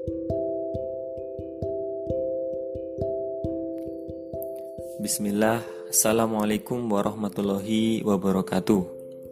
Bismillah, Assalamualaikum warahmatullahi wabarakatuh.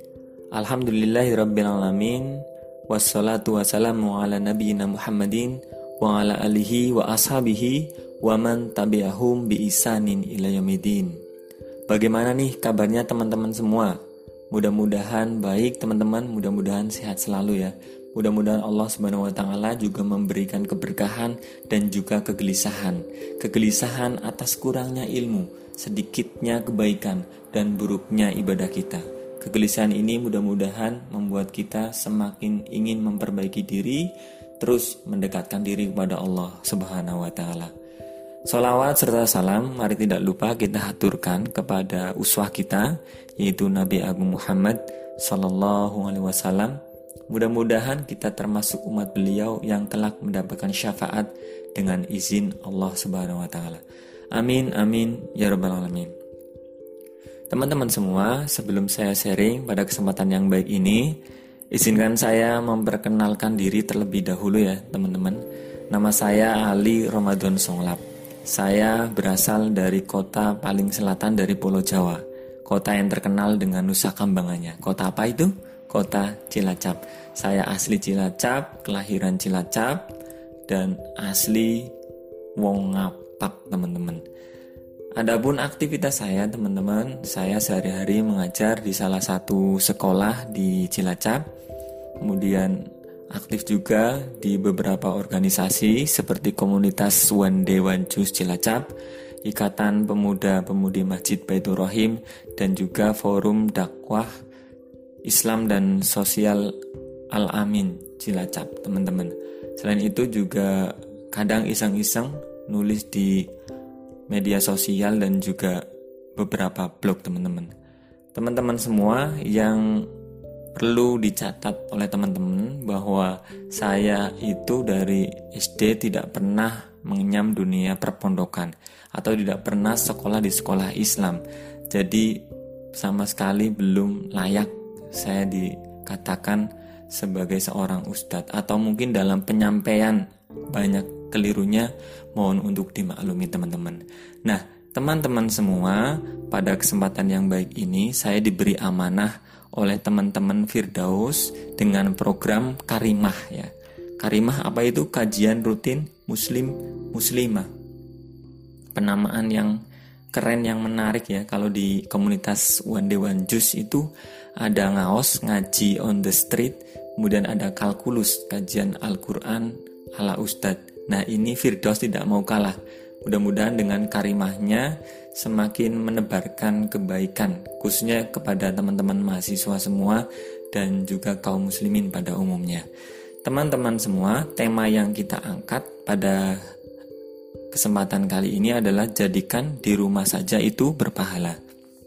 Alhamdulillahirrabbilalamin. Wassalatu wassalamu ala nabiyyina Muhammadin wa ala alihi wa ashabihi wa man tabi'ahum bi isanin ila yaumidin. Bagaimana nih kabarnya teman-teman semua? Mudah-mudahan baik teman-teman, mudah-mudahan sehat selalu ya. Mudah-mudahan Allah Subhanahu wa taala juga memberikan keberkahan dan juga kegelisahan. Kegelisahan atas kurangnya ilmu, sedikitnya kebaikan dan buruknya ibadah kita. Kegelisahan ini mudah-mudahan membuat kita semakin ingin memperbaiki diri, terus mendekatkan diri kepada Allah Subhanahu wa taala. Sholawat serta salam mari tidak lupa kita haturkan kepada uswah kita, yaitu Nabi Agung Muhammad Sallallahu Alaihi Wasallam. Mudah-mudahan kita termasuk umat beliau yang kelak mendapatkan syafaat dengan izin Allah Subhanahu wa taala. Amin amin ya rabbal alamin. Teman-teman semua, sebelum saya sharing pada kesempatan yang baik ini, izinkan saya memperkenalkan diri terlebih dahulu ya teman-teman. Nama saya Ali Ramadan Songlap. Saya berasal dari kota paling selatan dari Pulau Jawa, kota yang terkenal dengan Nusa Kambangannya. Kota apa itu? Kota Cilacap. Saya asli Cilacap, kelahiran Cilacap, dan asli Wong Ngapak teman-teman. Adapun aktivitas saya teman-teman, saya sehari-hari mengajar di salah satu sekolah di Cilacap. Kemudian aktif juga di beberapa organisasi seperti komunitas One Day One Juice Cilacap, Ikatan Pemuda-Pemudi Masjid Baitur Rahim, dan juga Forum Dakwah Islam dan Sosial Al-Amin Cilacap teman-teman. Selain itu juga kadang iseng-iseng nulis di media sosial dan juga beberapa blog teman-teman. Teman-teman semua yang perlu dicatat oleh teman-teman bahwa saya itu dari SD tidak pernah mengenyam dunia perpondokan atau tidak pernah sekolah di sekolah Islam. Jadi sama sekali belum layak saya dikatakan sebagai seorang ustadz, atau mungkin dalam penyampaian banyak kelirunya, mohon untuk dimaklumi teman-teman. Nah, teman-teman semua, pada kesempatan yang baik ini saya diberi amanah oleh teman-teman Firdaus dengan program Karimah ya. Karimah apa itu? Kajian rutin Muslim Muslimah. Penamaan yang keren, yang menarik ya. Kalau di komunitas One Day One Juice itu ada ngaos, ngaji on the street, kemudian ada kalkulus, kajian Al-Quran ala Ustadz. Nah ini Firdaus tidak mau kalah. Mudah-mudahan dengan karimahnya semakin menebarkan kebaikan, khususnya kepada teman-teman mahasiswa semua dan juga kaum muslimin pada umumnya. Teman-teman semua, tema yang kita angkat pada kesempatan kali ini adalah jadikan di rumah saja itu berpahala.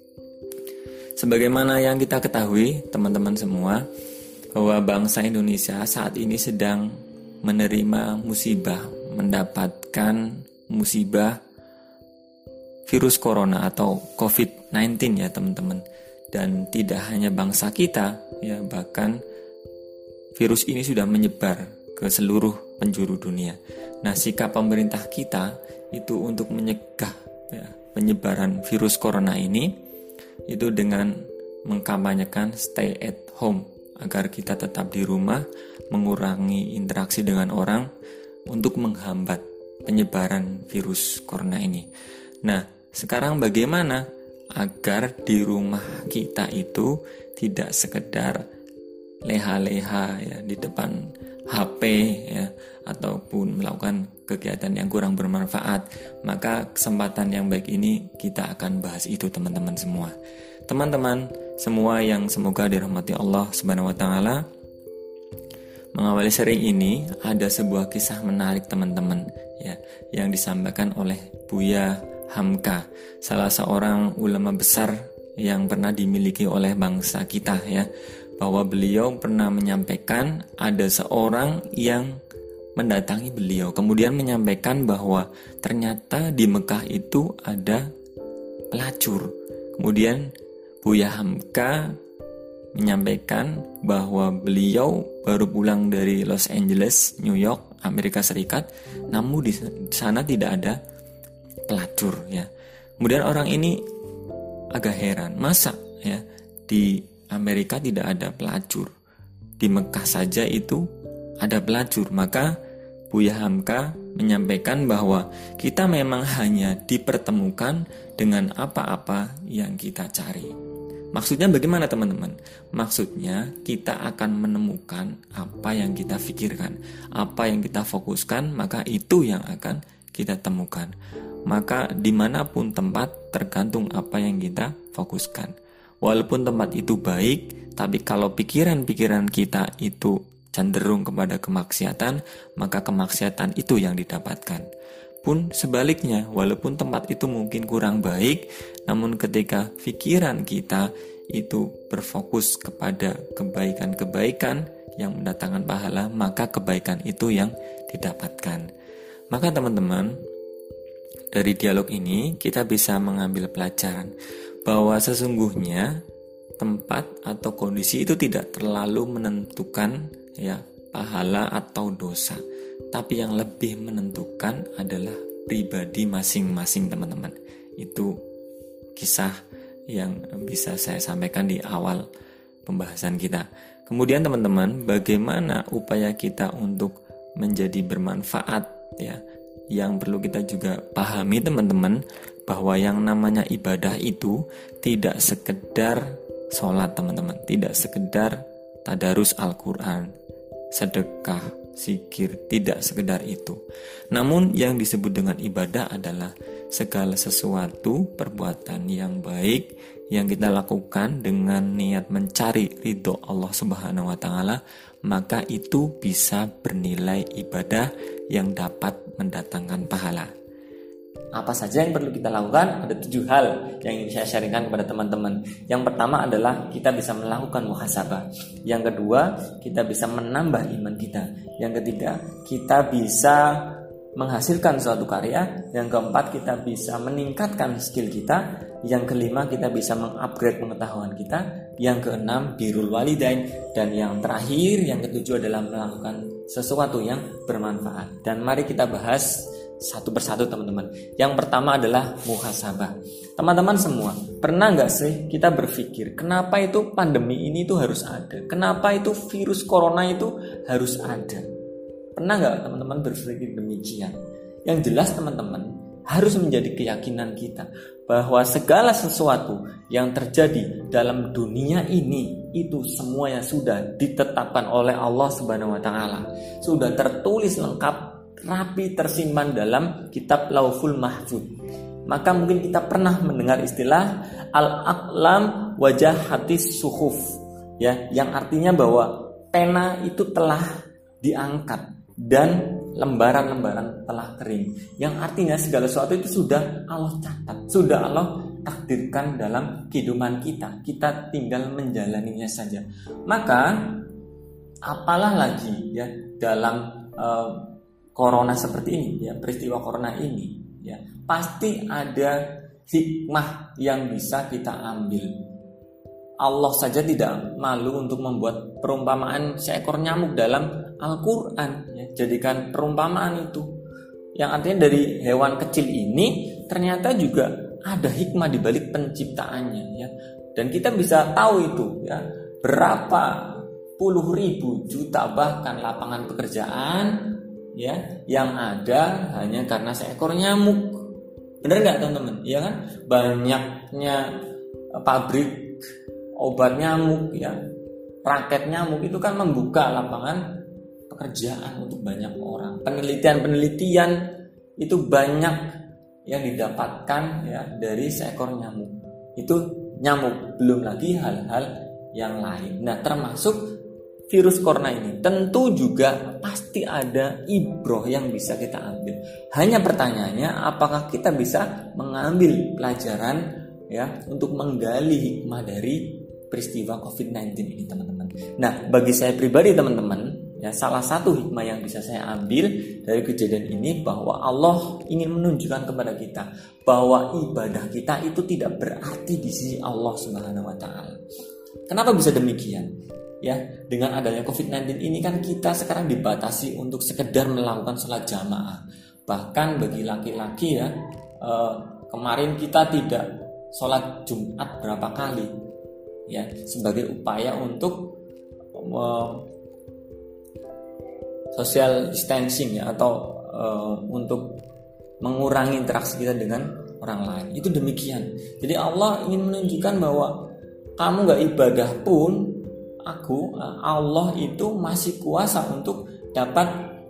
Sebagaimana yang kita ketahui teman-teman semua, bahwa bangsa Indonesia saat ini sedang menerima musibah, mendapatkan musibah virus corona atau COVID-19 ya teman-teman. Dan tidak hanya bangsa kita ya, bahkan virus ini sudah menyebar ke seluruh penjuru dunia. Nah, sikap pemerintah kita itu untuk mencegah ya, penyebaran virus corona ini itu dengan mengkampanyekan stay at home, agar kita tetap di rumah, mengurangi interaksi dengan orang untuk menghambat penyebaran virus corona ini. Nah, sekarang bagaimana agar di rumah kita itu tidak sekedar leha-leha ya di depan HP ya, ataupun melakukan kegiatan yang kurang bermanfaat. Maka kesempatan yang baik ini kita akan bahas itu teman-teman semua. Teman-teman semua yang semoga dirahmati Allah Subhanahu wa taala, mengawali sering ini ada sebuah kisah menarik teman-teman ya, yang disampaikan oleh Buya Hamka, salah seorang ulama besar yang pernah dimiliki oleh bangsa kita ya, bahwa beliau pernah menyampaikan ada seorang yang mendatangi beliau, kemudian menyampaikan bahwa ternyata di Mekah itu ada pelacur. Kemudian Buya Hamka menyampaikan bahwa beliau baru pulang dari Los Angeles, New York, Amerika Serikat, namun di sana tidak ada pelacur ya. Kemudian orang ini agak heran, masa ya di Amerika tidak ada pelacur, di Mekah saja itu ada pelacur. Maka Buya Hamka menyampaikan bahwa kita memang hanya dipertemukan dengan apa-apa yang kita cari. Maksudnya bagaimana teman-teman? Maksudnya kita akan menemukan apa yang kita pikirkan, apa yang kita fokuskan, maka itu yang akan kita temukan. Maka dimanapun tempat tergantung apa yang kita fokuskan. Walaupun tempat itu baik, tapi kalau pikiran-pikiran kita itu cenderung kepada kemaksiatan, maka kemaksiatan itu yang didapatkan. Pun sebaliknya, walaupun tempat itu mungkin kurang baik, namun ketika pikiran kita itu berfokus kepada kebaikan-kebaikan yang mendatangkan pahala, maka kebaikan itu yang didapatkan. Maka teman-teman, dari dialog ini kita bisa mengambil pelajaran bahwa sesungguhnya tempat atau kondisi itu tidak terlalu menentukan ya pahala atau dosa. Tapi yang lebih menentukan adalah pribadi masing-masing teman-teman. Itu kisah yang bisa saya sampaikan di awal pembahasan kita. Kemudian teman-teman, bagaimana upaya kita untuk menjadi bermanfaat ya. Yang perlu kita juga pahami teman-teman, bahwa yang namanya ibadah itu tidak sekedar sholat teman-teman, tidak sekedar tadarus Al-Quran, sedekah, zikir, tidak sekedar itu. Namun yang disebut dengan ibadah adalah segala sesuatu perbuatan yang baik yang kita lakukan dengan niat mencari ridho Allah Subhanahu wa taala, maka itu bisa bernilai ibadah yang dapat mendatangkan pahala. Apa saja yang perlu kita lakukan? Ada 7 hal yang ingin saya sharingkan kepada teman-teman. Yang pertama adalah kita bisa melakukan muhasabah. Yang kedua, kita bisa menambah iman kita. Yang ketiga, kita bisa menghasilkan suatu karya. Yang keempat, kita bisa meningkatkan skill kita. Yang kelima, kita bisa mengupgrade pengetahuan kita. Yang keenam, birrul walidain. Dan yang terakhir, yang ketujuh adalah melakukan sesuatu yang bermanfaat. Dan mari kita bahas satu persatu teman-teman. Yang pertama adalah muhasabah. Teman-teman semua, pernah nggak sih kita berpikir kenapa itu pandemi ini tuh harus ada? Kenapa itu virus corona itu harus ada? Pernah nggak teman-teman berpikir demikian? Yang jelas teman-teman, harus menjadi keyakinan kita bahwa segala sesuatu yang terjadi dalam dunia ini itu semuanya sudah ditetapkan oleh Allah Subhanahu wa taala. Sudah tertulis lengkap, rapi, tersimpan dalam kitab Lauhul Mahfuz. Maka mungkin kita pernah mendengar istilah al-aqlam wajahatis suhuf ya, yang artinya bahwa pena itu telah diangkat dan lembaran-lembaran telah kering. Yang artinya segala sesuatu itu sudah Allah catat, sudah Allah takdirkan dalam kehidupan kita. Kita tinggal menjalaninya saja. Maka apalah lagi ya dalam corona seperti ini ya, peristiwa corona ini ya, pasti ada hikmah yang bisa kita ambil. Allah saja tidak malu untuk membuat perumpamaan seekor nyamuk dalam Al-Quran ya. Jadikan perumpamaan itu yang artinya dari hewan kecil ini ternyata juga ada hikmah di balik penciptaannya ya. Dan kita bisa tahu itu ya, berapa puluh ribu juta bahkan lapangan pekerjaan ya yang ada hanya karena seekor nyamuk. Benar nggak teman-teman? Ya kan, banyaknya pabrik obat nyamuk ya, raket nyamuk itu kan membuka lapangan pekerjaan untuk banyak orang. Penelitian itu banyak yang didapatkan ya dari seekor nyamuk. Itu nyamuk, belum lagi hal-hal yang lain. Nah, termasuk virus corona ini tentu juga pasti ada ibroh yang bisa kita ambil. Hanya pertanyaannya, apakah kita bisa mengambil pelajaran ya untuk menggali hikmah dari peristiwa COVID-19 ini teman-teman. Nah, bagi saya pribadi teman-teman, ya salah satu hikmah yang bisa saya ambil dari kejadian ini bahwa Allah ingin menunjukkan kepada kita bahwa ibadah kita itu tidak berarti di sisi Allah Subhanahu wa taala. Kenapa bisa demikian? ya, dengan adanya COVID-19 ini kan kita sekarang dibatasi untuk sekedar melakukan sholat jamaah. Bahkan bagi laki-laki ya, kemarin kita tidak sholat Jumat berapa kali ya, sebagai upaya untuk social distancing ya, atau untuk mengurangi interaksi kita dengan orang lain. Itu demikian. Jadi Allah ingin menunjukkan bahwa kamu gak ibadah pun, Allah itu masih kuasa untuk dapat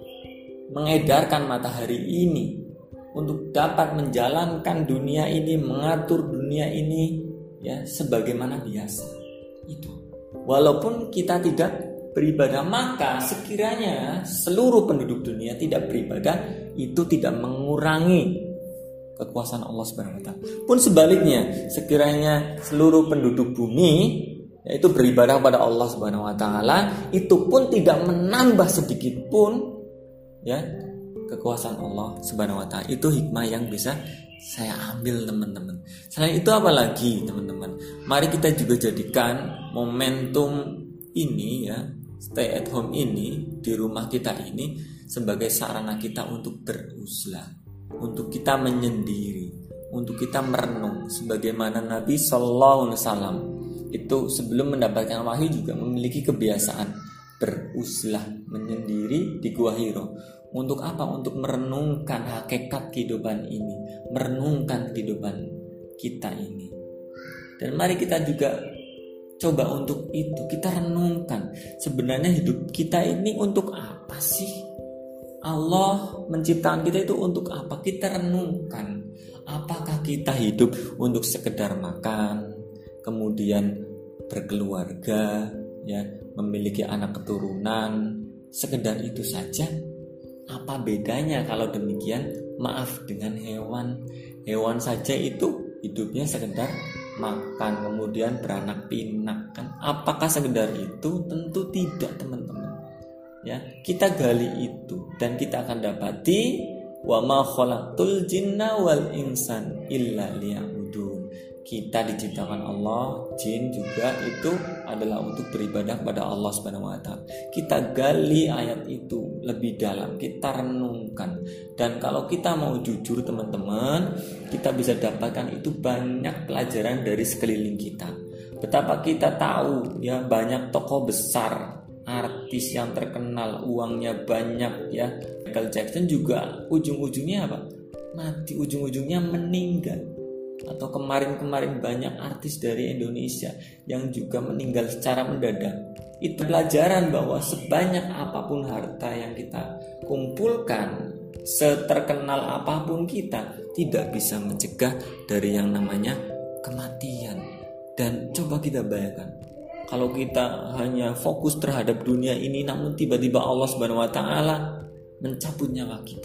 mengedarkan matahari ini, untuk dapat menjalankan dunia ini, mengatur dunia ini ya sebagaimana biasa. Itu. Walaupun kita tidak beribadah, maka sekiranya seluruh penduduk dunia tidak beribadah, itu tidak mengurangi kekuasaan Allah Subhanahu wa taala. Pun sebaliknya, sekiranya seluruh penduduk bumi yaitu beribadah kepada Allah Subhanahu wa taala, itu pun tidak menambah sedikit pun ya kekuasaan Allah Subhanahu wa taala. Itu hikmah yang bisa saya ambil, teman-teman. Selain itu apa lagi, teman-teman? Mari kita juga jadikan momentum ini ya, stay at home ini, di rumah kita ini, sebagai sarana kita untuk beruzlah, untuk kita menyendiri, untuk kita merenung. Sebagaimana Nabi Sallallahu Alaihi Wasallam itu sebelum mendapatkan wahyu juga memiliki kebiasaan beruzlah, menyendiri di Gua Hiro. Untuk apa? Untuk merenungkan hakikat kehidupan ini, merenungkan kehidupan kita ini. Dan mari kita juga coba untuk itu, kita renungkan sebenarnya hidup kita ini untuk apa sih? Allah menciptakan kita itu untuk apa? Kita renungkan. Apakah kita hidup untuk sekedar makan, kemudian berkeluarga, ya, memiliki anak keturunan, sekedar itu saja? Apa bedanya kalau demikian? Maaf, dengan hewan. Hewan saja itu hidupnya sekedar makan, kemudian beranak pinak, kan? Apakah sekedar itu? Tentu tidak, teman-teman. Ya, kita gali itu dan kita akan dapati wa ma khalaqtul jinna wal insan illa liya'budun. Kita diciptakan Allah, jin juga itu adalah untuk beribadah kepada Allah Subhanahu wa taala. Kita gali ayat itu lebih dalam, kita renungkan. Dan kalau kita mau jujur, teman-teman, kita bisa dapatkan itu banyak pelajaran dari sekeliling kita. Betapa kita tahu ya, banyak tokoh besar, artis yang terkenal, uangnya banyak ya. Michael Jackson juga ujung-ujungnya apa? Mati, ujung-ujungnya meninggal. Atau kemarin-kemarin banyak artis dari Indonesia yang juga meninggal secara mendadak. Itu pelajaran bahwa sebanyak apapun harta yang kita kumpulkan, seterkenal apapun kita, tidak bisa mencegah dari yang namanya kematian. Dan coba kita bayangkan, kalau kita hanya fokus terhadap dunia ini, namun tiba-tiba Allah Subhanahu wa taala mencabut nyawa kita,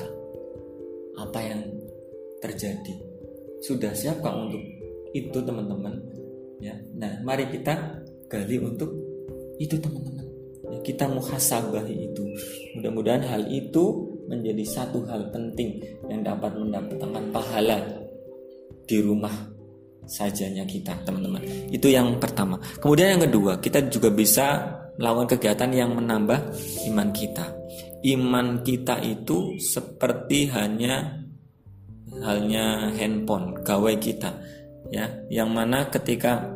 apa yang terjadi? Sudah siapkah untuk itu, teman-teman? Ya, nah, mari kita gali untuk itu, teman-teman. Ya, kita muhasabahi itu. Mudah-mudahan hal itu menjadi satu hal penting yang dapat mendapatkan pahala di rumah sajanya kita, teman-teman. Itu yang pertama. Kemudian yang kedua, kita juga bisa melakukan kegiatan yang menambah iman kita. Iman kita itu seperti halnya handphone gawai kita ya, yang mana ketika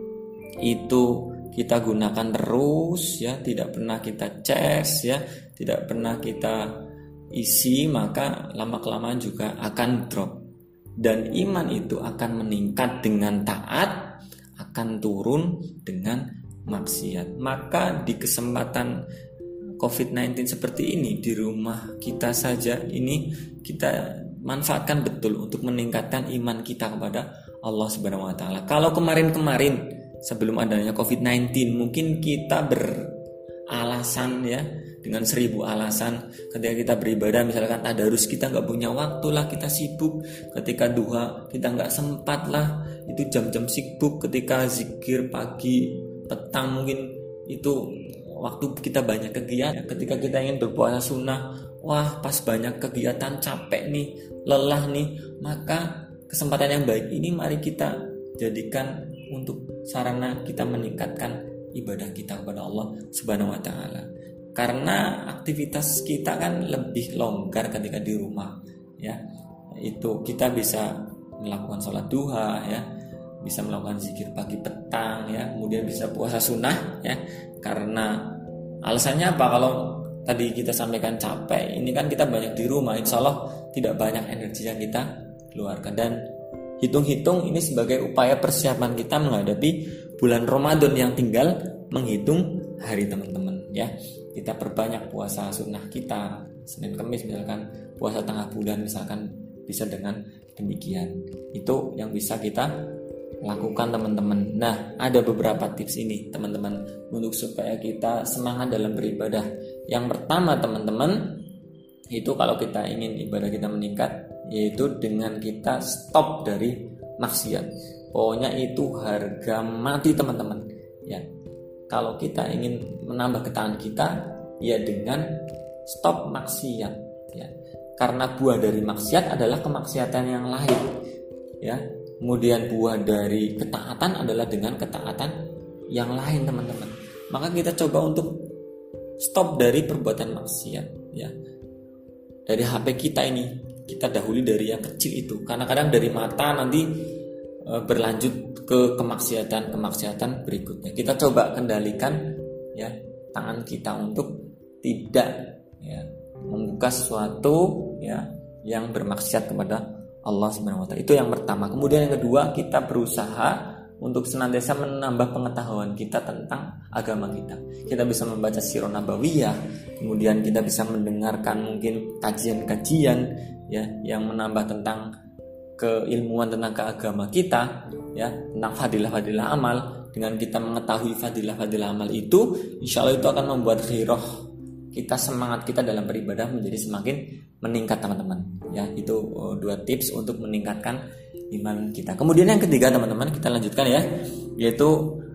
itu kita gunakan terus ya, tidak pernah kita cas ya, tidak pernah kita isi, maka lama-kelamaan juga akan drop. Dan iman itu akan meningkat dengan taat, akan turun dengan maksiat. Maka di kesempatan COVID-19 seperti ini, di rumah kita saja ini, kita manfaatkan betul untuk meningkatkan iman kita kepada Allah Subhanahu wa taala. Kalau kemarin-kemarin sebelum adanya COVID-19 mungkin kita beralasan ya, dengan 1000 alasan. Ketika kita beribadah, misalkan tadarus, kita nggak punya waktu lah, kita sibuk. Ketika duha kita nggak sempat lah, itu jam-jam sibuk. Ketika zikir pagi, petang, mungkin itu waktu kita banyak kegiatan. Ketika kita ingin berpuasa sunnah, wah pas banyak kegiatan, capek nih, lelah nih, maka kesempatan yang baik ini mari kita jadikan untuk sarana kita meningkatkan ibadah kita kepada Allah Subhanahu wa taala. Karena aktivitas kita kan lebih longgar ketika di rumah, ya. Itu kita bisa melakukan sholat duha, ya, bisa melakukan zikir pagi petang, ya, kemudian bisa puasa sunnah, ya. Karena alasannya apa? Kalau tadi kita sampaikan capek, ini kan kita banyak di rumah, insya Allah tidak banyak energi yang kita keluarkan. Dan hitung-hitung ini sebagai upaya persiapan kita menghadapi bulan Ramadan yang tinggal menghitung hari, teman-teman, ya. Kita perbanyak puasa sunnah kita, Senin Kamis misalkan, puasa tengah bulan misalkan, bisa dengan demikian. Itu yang bisa kita lakukan, teman-teman. Nah, ada beberapa tips ini, teman-teman, untuk supaya kita semangat dalam beribadah. Yang pertama, teman-teman, itu kalau kita ingin ibadah kita meningkat, yaitu dengan kita stop dari maksiat. Pokoknya itu harga mati, teman-teman, ya. Kalau kita ingin menambah ketaatan kita, ya dengan stop maksiat, ya. Karena buah dari maksiat adalah kemaksiatan yang lain, ya. Kemudian buah dari ketaatan adalah dengan ketaatan yang lain, teman-teman. Maka kita coba untuk stop dari perbuatan maksiat, ya. Dari HP kita ini, kita dahului dari yang kecil itu. Karena kadang dari mata nanti berlanjut ke kemaksiatan berikutnya. Kita coba kendalikan, ya, tangan kita untuk tidak, ya, membuka sesuatu, ya, yang bermaksiat kepada Allah Subhanahu wa taala. Itu yang pertama. Kemudian yang kedua, kita berusaha untuk senantiasa menambah pengetahuan kita tentang agama kita. Kita bisa membaca Sirah Nabawiyah, kemudian kita bisa mendengarkan mungkin kajian-kajian, ya, yang menambah tentang keilmuan tentang keagama kita, ya, tentang fadilah-fadilah amal. Dengan kita mengetahui fadilah-fadilah amal itu, insya Allah itu akan membuat ghirah kita, semangat kita dalam beribadah menjadi semakin meningkat, teman-teman, ya. Itu 2 tips untuk meningkatkan iman kita. Kemudian yang ketiga, teman-teman, kita lanjutkan, ya, yaitu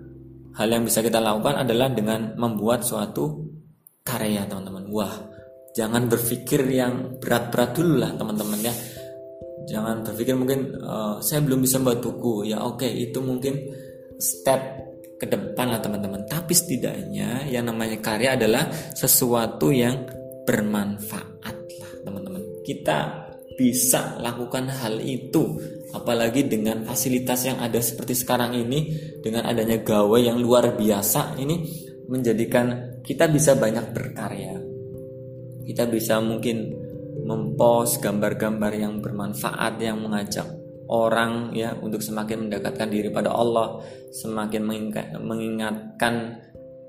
hal yang bisa kita lakukan adalah dengan membuat suatu karya, teman-teman. Wah, jangan berpikir yang berat-berat dulu lah, teman-teman, ya. Jangan berpikir mungkin saya belum bisa buat buku, ya. Oke, itu mungkin step ke depan lah, teman-teman. Tapi setidaknya yang namanya karya adalah sesuatu yang bermanfaat lah, teman-teman. Kita bisa lakukan hal itu, apalagi dengan fasilitas yang ada seperti sekarang ini, dengan adanya gawai yang luar biasa ini, menjadikan kita bisa banyak berkarya. Kita bisa mungkin mempost gambar-gambar yang bermanfaat, yang mengajak orang, ya, untuk semakin mendekatkan diri pada Allah, semakin mengingatkan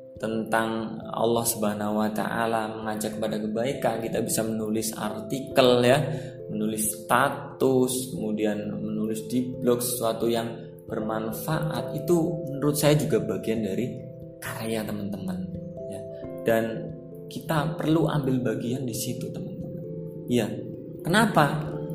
tentang Allah Subhanahu wa taala, mengajak kepada kebaikan. Kita bisa menulis artikel, ya, menulis status, kemudian menulis di blog sesuatu yang bermanfaat. Itu menurut saya juga bagian dari karya, teman-teman, ya. Dan kita perlu ambil bagian di situ, teman-teman. Ya, kenapa?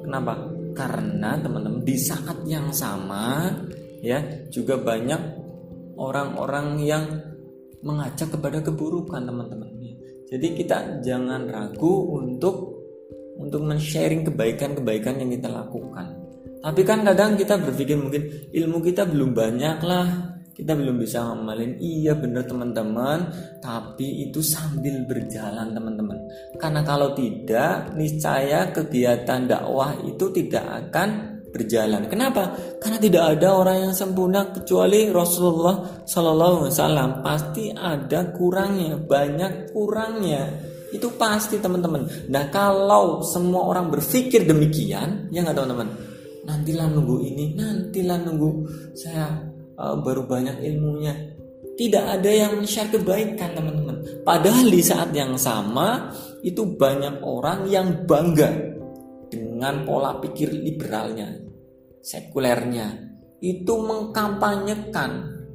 Karena, teman-teman, di saat yang sama, ya, juga banyak orang-orang yang mengajak kepada keburukan, teman-teman. Jadi kita jangan ragu untuk men-sharing kebaikan-kebaikan yang kita lakukan. Tapi kan kadang kita berpikir mungkin ilmu kita belum banyak lah, kita belum bisa ngamalin. Iya, benar, teman-teman, tapi itu sambil berjalan, teman-teman. Karena kalau tidak, niscaya kegiatan dakwah itu tidak akan berjalan. Kenapa? Karena tidak ada orang yang sempurna kecuali Rasulullah Sallallahu Alaihi Wasallam. Pasti ada kurangnya, banyak kurangnya. Itu pasti, teman-teman. Nah, kalau semua orang berpikir demikian, ya nggak, teman-teman? Nantilah nunggu ini, nantilah nunggu saya baru banyak ilmunya. Tidak ada yang share kebaikan, teman-teman. Padahal di saat yang sama itu banyak orang yang bangga dengan pola pikir liberalnya, sekulernya. Itu mengkampanyekan,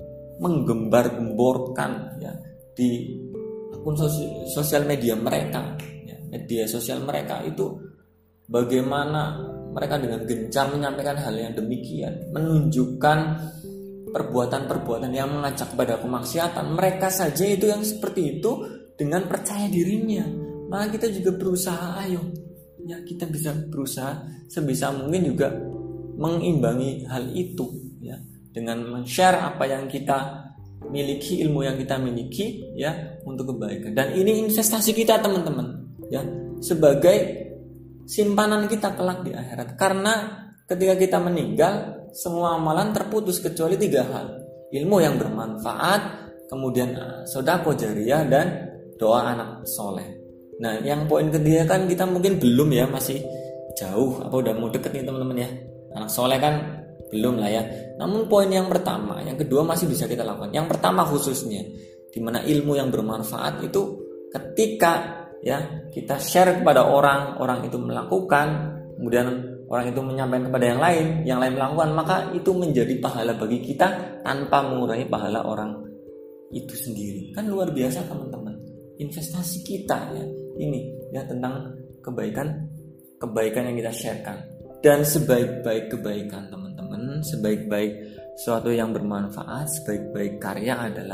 menggembar-gemborkan, ya, di akun sosial media mereka, ya, media sosial mereka itu bagaimana mereka dengan gencar menyampaikan hal yang demikian, menunjukkan perbuatan-perbuatan yang mengajak kepada kemaksiatan. Mereka saja itu yang seperti itu dengan percaya dirinya. Maka kita juga berusaha, ayo, ya, kita bisa berusaha sebisa mungkin juga mengimbangi hal itu, ya, dengan men-share apa yang kita miliki ilmu yang kita miliki ya untuk kebaikan. Dan ini investasi kita teman-teman ya, sebagai simpanan kita kelak di akhirat. Karena ketika kita meninggal, semua amalan terputus kecuali 3 hal. Ilmu yang bermanfaat, kemudian sedekah jariyah, dan doa anak soleh. Nah, yang poin ketiga kan kita mungkin belum ya, masih jauh, apa udah mau deket nih teman-teman ya. Anak soleh kan belum lah ya. Namun poin yang pertama, yang kedua masih bisa kita lakukan. Yang pertama khususnya, dimana ilmu yang bermanfaat itu ketika ya kita share kepada orang itu melakukan, kemudian orang itu menyampaikan kepada yang lain melakukan, maka itu menjadi pahala bagi kita tanpa mengurangi pahala orang itu sendiri. Kan luar biasa teman-teman, investasi kita ya ini ya tentang kebaikan yang kita sharekan. Dan sebaik-baik kebaikan teman-teman, sebaik-baik sesuatu yang bermanfaat, sebaik-baik karya adalah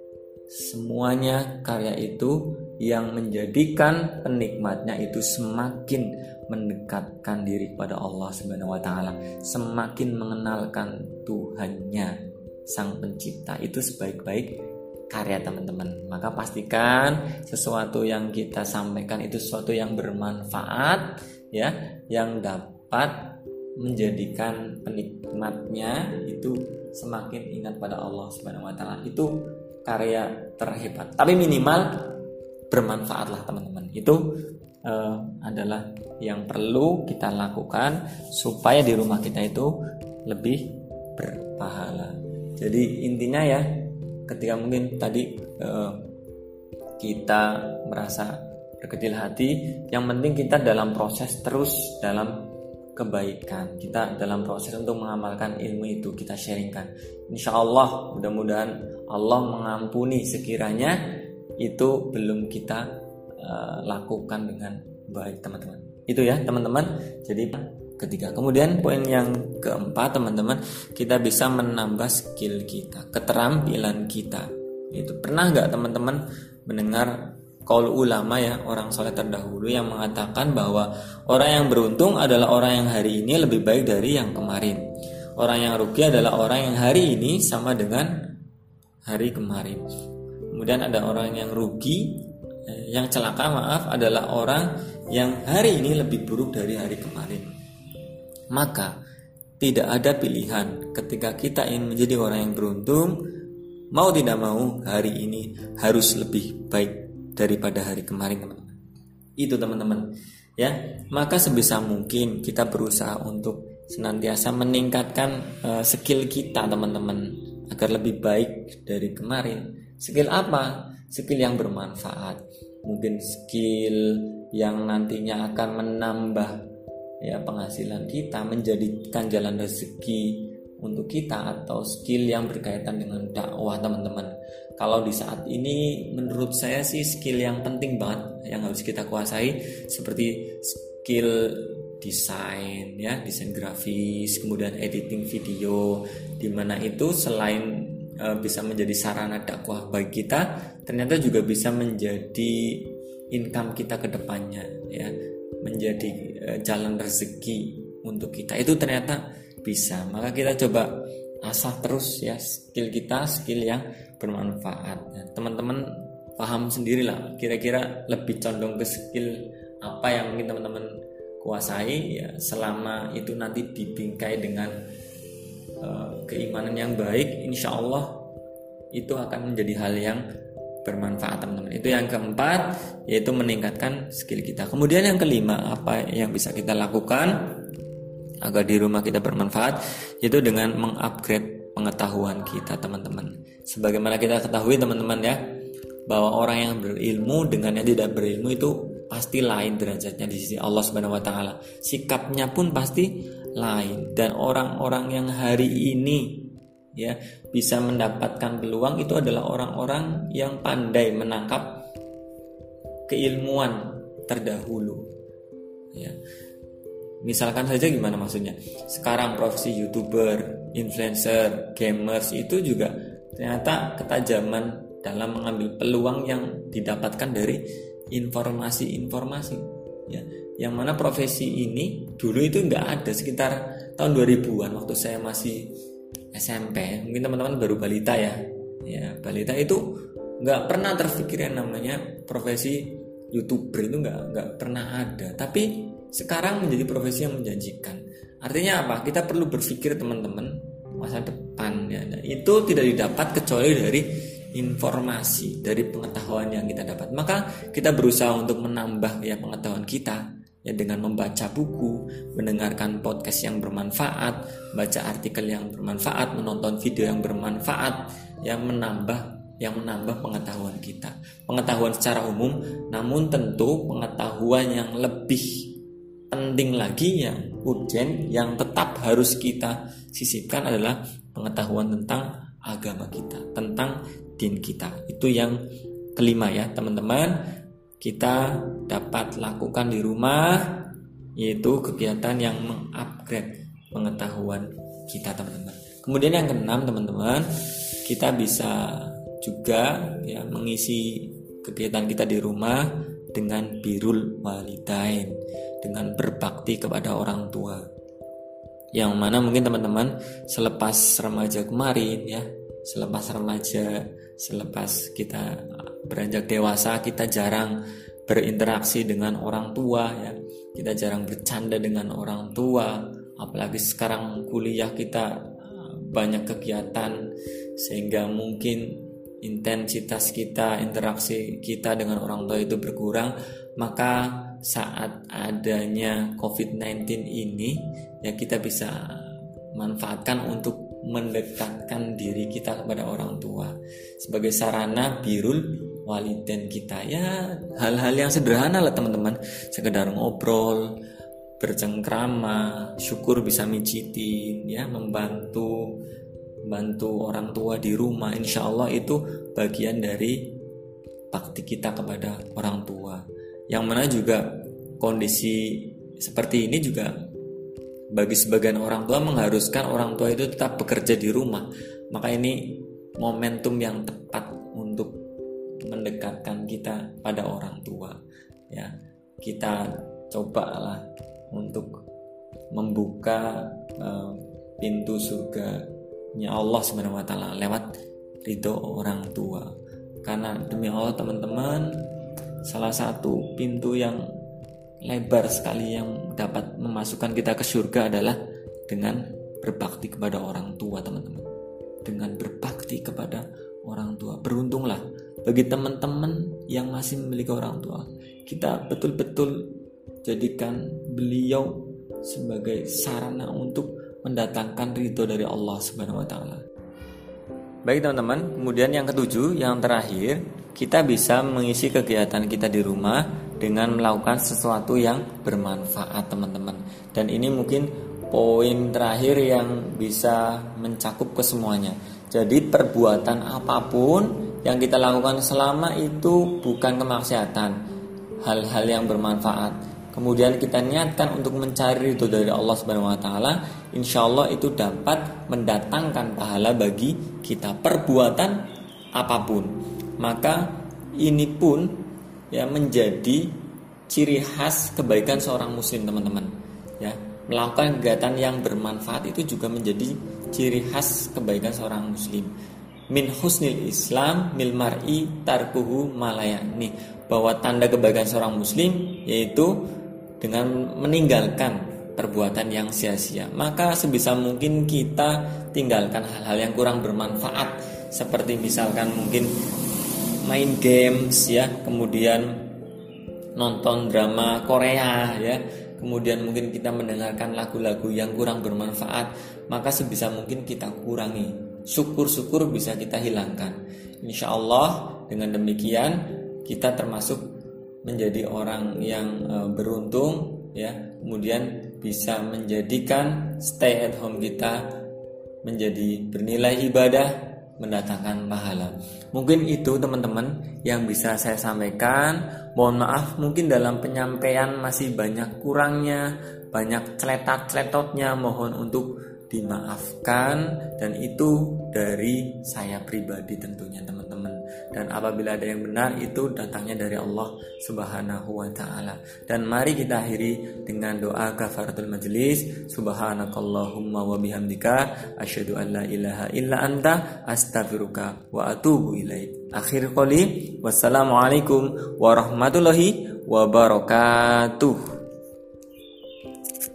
semuanya karya itu yang menjadikan penikmatnya itu semakin mendekatkan diri kepada Allah Subhanahu wa taala, semakin mengenalkan Tuhannya, Sang Pencipta. Itu sebaik-baik karya teman-teman. Maka pastikan sesuatu yang kita sampaikan itu sesuatu yang bermanfaat ya, yang dapat menjadikan penikmatnya itu semakin ingat pada Allah Subhanahu wa taala. Itu karya terhebat. Tapi minimal bermanfaatlah teman-teman. Itu adalah yang perlu kita lakukan supaya di rumah kita itu lebih berpahala. Jadi intinya ya, ketika mungkin tadi kita merasa berkecil hati, yang penting kita dalam proses terus dalam kebaikan, kita dalam proses untuk mengamalkan ilmu itu, kita sharingkan. Insya Allah mudah-mudahan Allah mengampuni sekiranya itu belum kita lakukan dengan baik teman-teman. Itu ya teman-teman. Jadi ketiga. Kemudian poin yang keempat teman-teman, kita bisa menambah skill kita, keterampilan kita. Itu pernah nggak teman-teman mendengar qaul ulama ya, orang soleh terdahulu yang mengatakan bahwa orang yang beruntung adalah orang yang hari ini lebih baik dari yang kemarin. Orang yang rugi adalah orang yang hari ini sama dengan hari kemarin. Kemudian ada orang yang rugi, yang celaka adalah orang yang hari ini lebih buruk dari hari kemarin. Maka tidak ada pilihan ketika kita ingin menjadi orang yang beruntung, mau tidak mau hari ini harus lebih baik daripada hari kemarin teman-teman. Itu teman-teman ya. Maka sebisa mungkin kita berusaha untuk senantiasa meningkatkan skill kita teman-teman agar lebih baik dari kemarin. Skill apa? Skill yang bermanfaat. Mungkin skill yang nantinya akan menambah ya penghasilan kita, menjadikan jalan rezeki untuk kita, atau skill yang berkaitan dengan dakwah teman-teman. Kalau di saat ini menurut saya sih skill yang penting banget yang harus kita kuasai, seperti skill desain ya, desain grafis, kemudian editing video, dimana itu selain bisa menjadi sarana dakwah bagi kita, ternyata juga bisa menjadi income kita ke depannya ya, menjadi jalan rezeki untuk kita. Itu ternyata bisa. Maka kita coba asah terus ya skill kita, skill yang bermanfaat. Nah, teman-teman paham sendirilah kira-kira lebih condong ke skill apa yang mungkin teman-teman kuasai ya, selama itu nanti dibingkai dengan keimanan yang baik, insya Allah itu akan menjadi hal yang bermanfaat teman-teman. Itu yang keempat, yaitu meningkatkan skill kita. Kemudian yang kelima, apa yang bisa kita lakukan agar di rumah kita bermanfaat, yaitu dengan mengupgrade pengetahuan kita teman-teman. Sebagaimana kita ketahui teman-teman ya, bahwa orang yang berilmu dengan yang tidak berilmu itu pasti lain derajatnya di sisi Allah Subhanahu wa taala. Sikapnya pun pasti lain, dan orang-orang yang hari ini ya bisa mendapatkan peluang itu adalah orang-orang yang pandai menangkap keilmuan terdahulu ya. Misalkan saja gimana maksudnya, sekarang profesi YouTuber, influencer, gamers itu juga ternyata ketajaman dalam mengambil peluang yang didapatkan dari informasi-informasi ya, yang mana profesi ini dulu itu nggak ada sekitar tahun 2000-an waktu saya masih SMP, mungkin teman-teman baru balita ya. Ya, balita itu nggak pernah terpikir yang namanya profesi YouTuber, itu nggak pernah ada. Tapi sekarang menjadi profesi yang menjanjikan. Artinya apa? Kita perlu berpikir teman-teman masa depan ya. Nah, itu tidak didapat kecuali dari informasi, dari pengetahuan yang kita dapat. Maka kita berusaha untuk menambah ya pengetahuan kita ya dengan membaca buku, mendengarkan podcast yang bermanfaat, baca artikel yang bermanfaat, menonton video yang bermanfaat, yang menambah pengetahuan kita. Pengetahuan secara umum, namun tentu pengetahuan yang lebih penting lagi, yang urgen, yang tetap harus kita sisipkan adalah pengetahuan tentang agama kita, tentang din kita. Itu yang kelima ya teman-teman, kita dapat lakukan di rumah, yaitu kegiatan yang mengupgrade pengetahuan kita teman-teman. Kemudian yang keenam teman-teman, kita bisa juga ya mengisi kegiatan kita di rumah dengan birrul walidain, dengan berbakti kepada orang tua. Yang mana mungkin teman-teman selepas remaja kemarin ya, selepas kita beranjak dewasa, kita jarang berinteraksi dengan orang tua ya. Kita jarang bercanda dengan orang tua, apalagi sekarang kuliah kita banyak kegiatan, sehingga mungkin intensitas kita, interaksi kita dengan orang tua itu berkurang. Maka saat adanya COVID-19 ini ya, kita bisa manfaatkan untuk mendekatkan diri kita kepada orang tua sebagai sarana birrul walidain kita ya. Hal-hal yang sederhana lah teman-teman, sekedar ngobrol, bercengkrama, syukur bisa micitin ya, membantu orang tua di rumah. Insya Allah itu bagian dari bakti kita kepada orang tua, yang mana juga kondisi seperti ini juga bagi sebagian orang tua mengharuskan orang tua itu tetap bekerja di rumah. Maka ini momentum yang tepat untuk mendekatkan kita pada orang tua ya. Kita cobalah untuk membuka pintu surganya Allah Subhanahu wa taala lewat ridho orang tua. Karena demi Allah teman-teman, salah satu pintu yang lebar sekali yang dapat memasukkan kita ke surga adalah dengan berbakti kepada orang tua teman-teman. Dengan berbakti kepada orang tua. Beruntunglah bagi teman-teman yang masih memiliki orang tua. Kita betul-betul jadikan beliau sebagai sarana untuk mendatangkan ridho dari Allah Subhanahu wa taala. Baik teman-teman, kemudian yang ketujuh, yang terakhir, kita bisa mengisi kegiatan kita di rumah dengan melakukan sesuatu yang bermanfaat teman-teman. Dan ini mungkin poin terakhir yang bisa mencakup ke semuanya. Jadi perbuatan apapun yang kita lakukan selama itu bukan kemaksiatan, hal-hal yang bermanfaat, kemudian kita niatkan untuk mencari ridho dari Allah Subhanahu wa taala, insya Allah itu dapat mendatangkan pahala bagi kita, perbuatan apapun. Maka ini pun ya menjadi ciri khas kebaikan seorang muslim teman-teman ya. Melakukan kegiatan yang bermanfaat itu juga menjadi ciri khas kebaikan seorang muslim. Min husnil Islam mil mar'i tarkuhu malayani, bahwa tanda kebaikan seorang muslim yaitu dengan meninggalkan perbuatan yang sia-sia. Maka sebisa mungkin kita tinggalkan hal-hal yang kurang bermanfaat, seperti misalkan mungkin main games ya, kemudian nonton drama Korea ya, kemudian mungkin kita mendengarkan lagu-lagu yang kurang bermanfaat. Maka sebisa mungkin kita kurangi, syukur-syukur bisa kita hilangkan. Insya Allah dengan demikian kita termasuk menjadi orang yang beruntung ya, kemudian bisa menjadikan stay at home kita menjadi bernilai ibadah, mendatangkan pahala. Mungkin itu teman-teman yang bisa saya sampaikan. Mohon maaf mungkin dalam penyampaian masih banyak kurangnya, banyak celetot-celetotnya, mohon untuk dimaafkan, dan itu dari saya pribadi tentunya teman-teman. Dan apabila ada yang benar, itu datangnya dari Allah Subhanahu wa ta'ala. Dan mari kita akhiri dengan doa kafaratul majlis. Subhanakallahumma wa bihamdika asyhadu an la ilaha illa anta astaghfiruka wa atubu ilaik. Akhir qoli, wassalamualaikum warahmatullahi wabarakatuh.